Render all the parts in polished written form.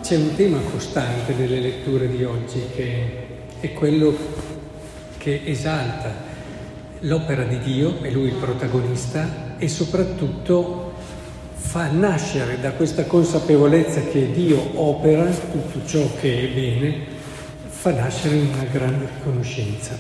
c'è un tema costante nelle letture di oggi che è quello che esalta l'opera di Dio, è Lui il protagonista, e soprattutto fa nascere da questa consapevolezza che Dio opera tutto ciò che è bene, fa nascere una grande riconoscenza.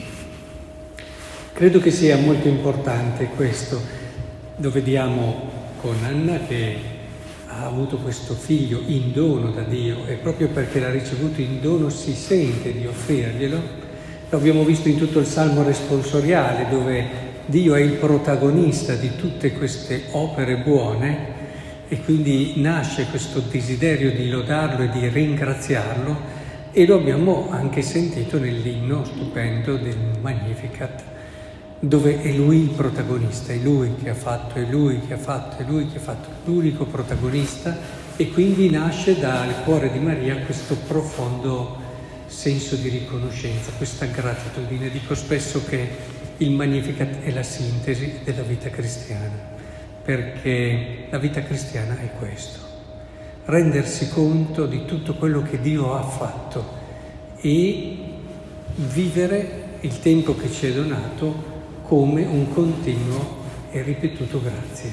Credo che sia molto importante questo. Lo vediamo con Anna che ha avuto questo figlio in dono da Dio e proprio perché l'ha ricevuto in dono si sente di offrirglielo. Lo abbiamo visto in tutto il Salmo responsoriale, dove Dio è il protagonista di tutte queste opere buone e quindi nasce questo desiderio di lodarlo e di ringraziarlo, e lo abbiamo anche sentito nell'inno stupendo del Magnificat, dove è Lui il protagonista, è Lui che ha fatto, è Lui che ha fatto, è Lui che ha fatto, l'unico protagonista, e quindi nasce dal cuore di Maria questo profondo senso di riconoscenza, questa gratitudine. Dico spesso che il Magnificat è la sintesi della vita cristiana, perché la vita cristiana è questo: rendersi conto di tutto quello che Dio ha fatto e vivere il tempo che ci è donato come un continuo e ripetuto grazie.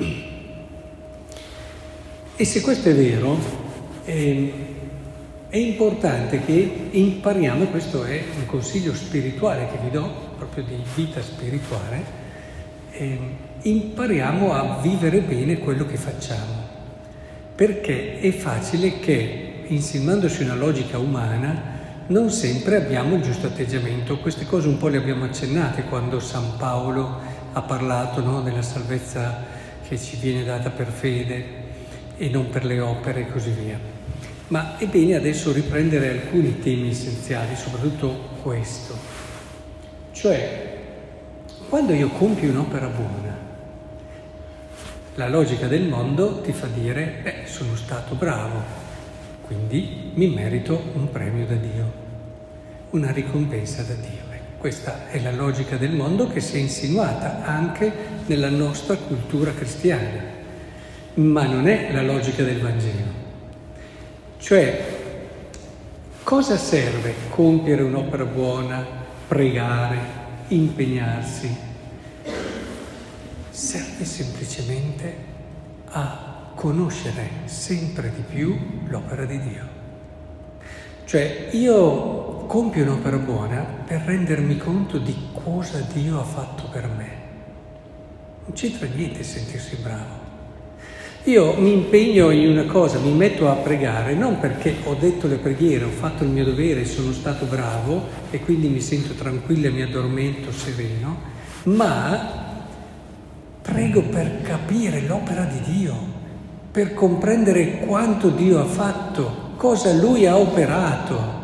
E se questo è vero, è importante che impariamo, questo è un consiglio spirituale che vi do, proprio di vita spirituale, impariamo a vivere bene quello che facciamo, perché è facile che, insinuandosi una logica umana, non sempre abbiamo il giusto atteggiamento. Queste cose un po' le abbiamo accennate quando San Paolo ha parlato, no, della salvezza che ci viene data per fede e non per le opere e così via. Ma è bene adesso riprendere alcuni temi essenziali, soprattutto questo. Cioè, quando io compio un'opera buona, la logica del mondo ti fa dire, sono stato bravo, quindi mi merito un premio da Dio, una ricompensa da Dio. Questa è la logica del mondo che si è insinuata anche nella nostra cultura cristiana, ma non è la logica del Vangelo. Cioè, cosa serve compiere un'opera buona, pregare, impegnarsi? Serve semplicemente a conoscere sempre di più l'opera di Dio. Cioè, io compio un'opera buona per rendermi conto di cosa Dio ha fatto per me. Non c'entra niente sentirsi bravo. Io mi impegno in una cosa, mi metto a pregare, non perché ho detto le preghiere, ho fatto il mio dovere, sono stato bravo e quindi mi sento tranquillo e mi addormento sereno, ma prego per capire l'opera di Dio, per comprendere quanto Dio ha fatto, cosa Lui ha operato.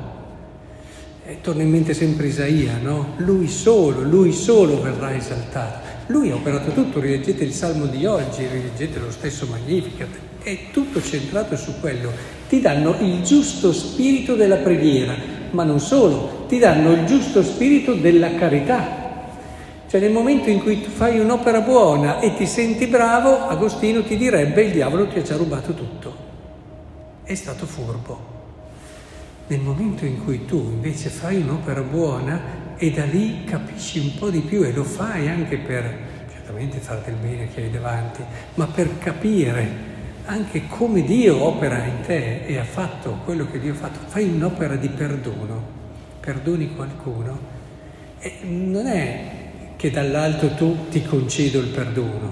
E torna in mente sempre Isaia, no? Lui solo verrà esaltato. Lui ha operato tutto, rileggete il Salmo di oggi, rileggete lo stesso Magnificat, è tutto centrato su quello. Ti danno il giusto spirito della preghiera, ma non solo, ti danno il giusto spirito della carità. Cioè nel momento in cui tu fai un'opera buona e ti senti bravo, Agostino ti direbbe il diavolo ti ha già rubato tutto, è stato furbo. Nel momento in cui tu invece fai un'opera buona e da lì capisci un po' di più e lo fai anche per, certamente, fare del bene che hai davanti, ma per capire anche come Dio opera in te e ha fatto quello che Dio ha fatto, fai un'opera di perdono, perdoni qualcuno e non è che dall'alto tu ti concedo il perdono,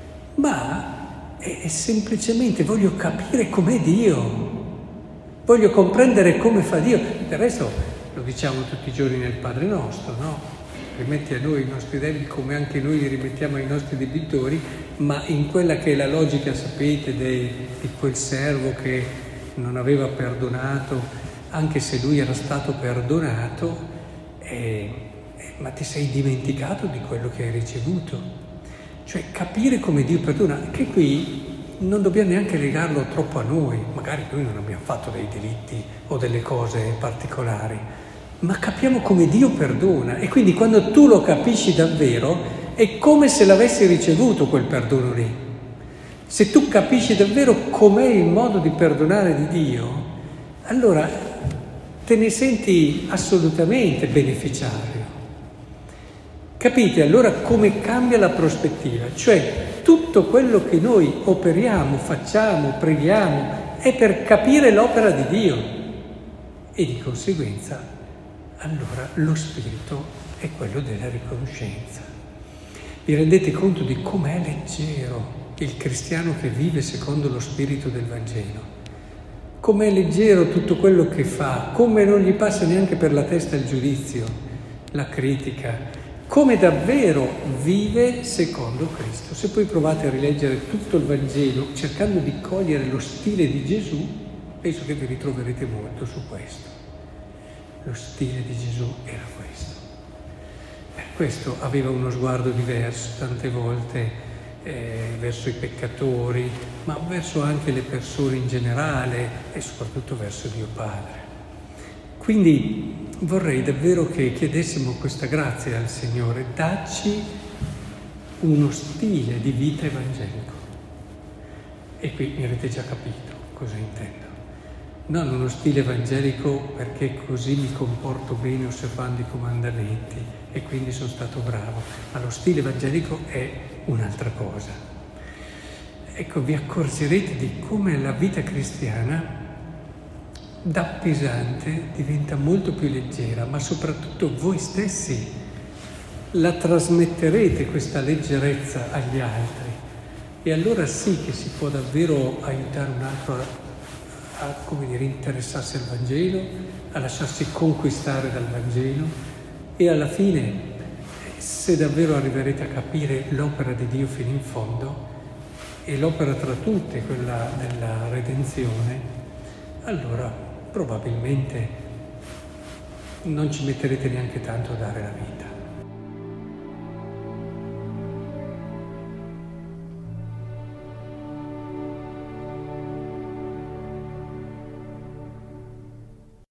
ma è semplicemente voglio capire com'è Dio, voglio comprendere come fa Dio. Del resto lo diciamo tutti i giorni nel Padre Nostro, no? Rimetti a noi i nostri debiti come anche noi li rimettiamo ai nostri debitori, ma in quella che è la logica, sapete, di quel servo che non aveva perdonato, anche se lui era stato perdonato, ma ti sei dimenticato di quello che hai ricevuto. Cioè capire come Dio perdona, che qui non dobbiamo neanche legarlo troppo a noi, magari noi non abbiamo fatto dei delitti o delle cose particolari, ma capiamo come Dio perdona, e quindi quando tu lo capisci davvero è come se l'avessi ricevuto quel perdono lì. Se tu capisci davvero com'è il modo di perdonare di Dio, allora te ne senti assolutamente beneficiario. Capite allora come cambia la prospettiva? Cioè tutto quello che noi operiamo, facciamo, preghiamo è per capire l'opera di Dio e di conseguenza allora lo spirito è quello della riconoscenza. Vi rendete conto di com'è leggero il cristiano che vive secondo lo spirito del Vangelo? Com'è leggero tutto quello che fa, come non gli passa neanche per la testa il giudizio, la critica, come davvero vive secondo Cristo. Se poi provate a rileggere tutto il Vangelo cercando di cogliere lo stile di Gesù, penso che vi ritroverete molto su questo. Lo stile di Gesù era questo. Questo aveva uno sguardo diverso tante volte verso i peccatori, ma verso anche le persone in generale e soprattutto verso Dio Padre. Quindi vorrei davvero che chiedessimo questa grazia al Signore, dacci uno stile di vita evangelico. E qui mi avete già capito cosa intendo. Non uno stile evangelico perché così mi comporto bene osservando i comandamenti e quindi sono stato bravo, ma lo stile evangelico è un'altra cosa. Ecco, vi accorgerete di come la vita cristiana da pesante diventa molto più leggera, ma soprattutto voi stessi la trasmetterete questa leggerezza agli altri e allora sì che si può davvero aiutare un altro a interessarsi al Vangelo, a lasciarsi conquistare dal Vangelo e alla fine, se davvero arriverete a capire l'opera di Dio fino in fondo e l'opera tra tutte, quella della redenzione, allora probabilmente non ci metterete neanche tanto a dare la vita.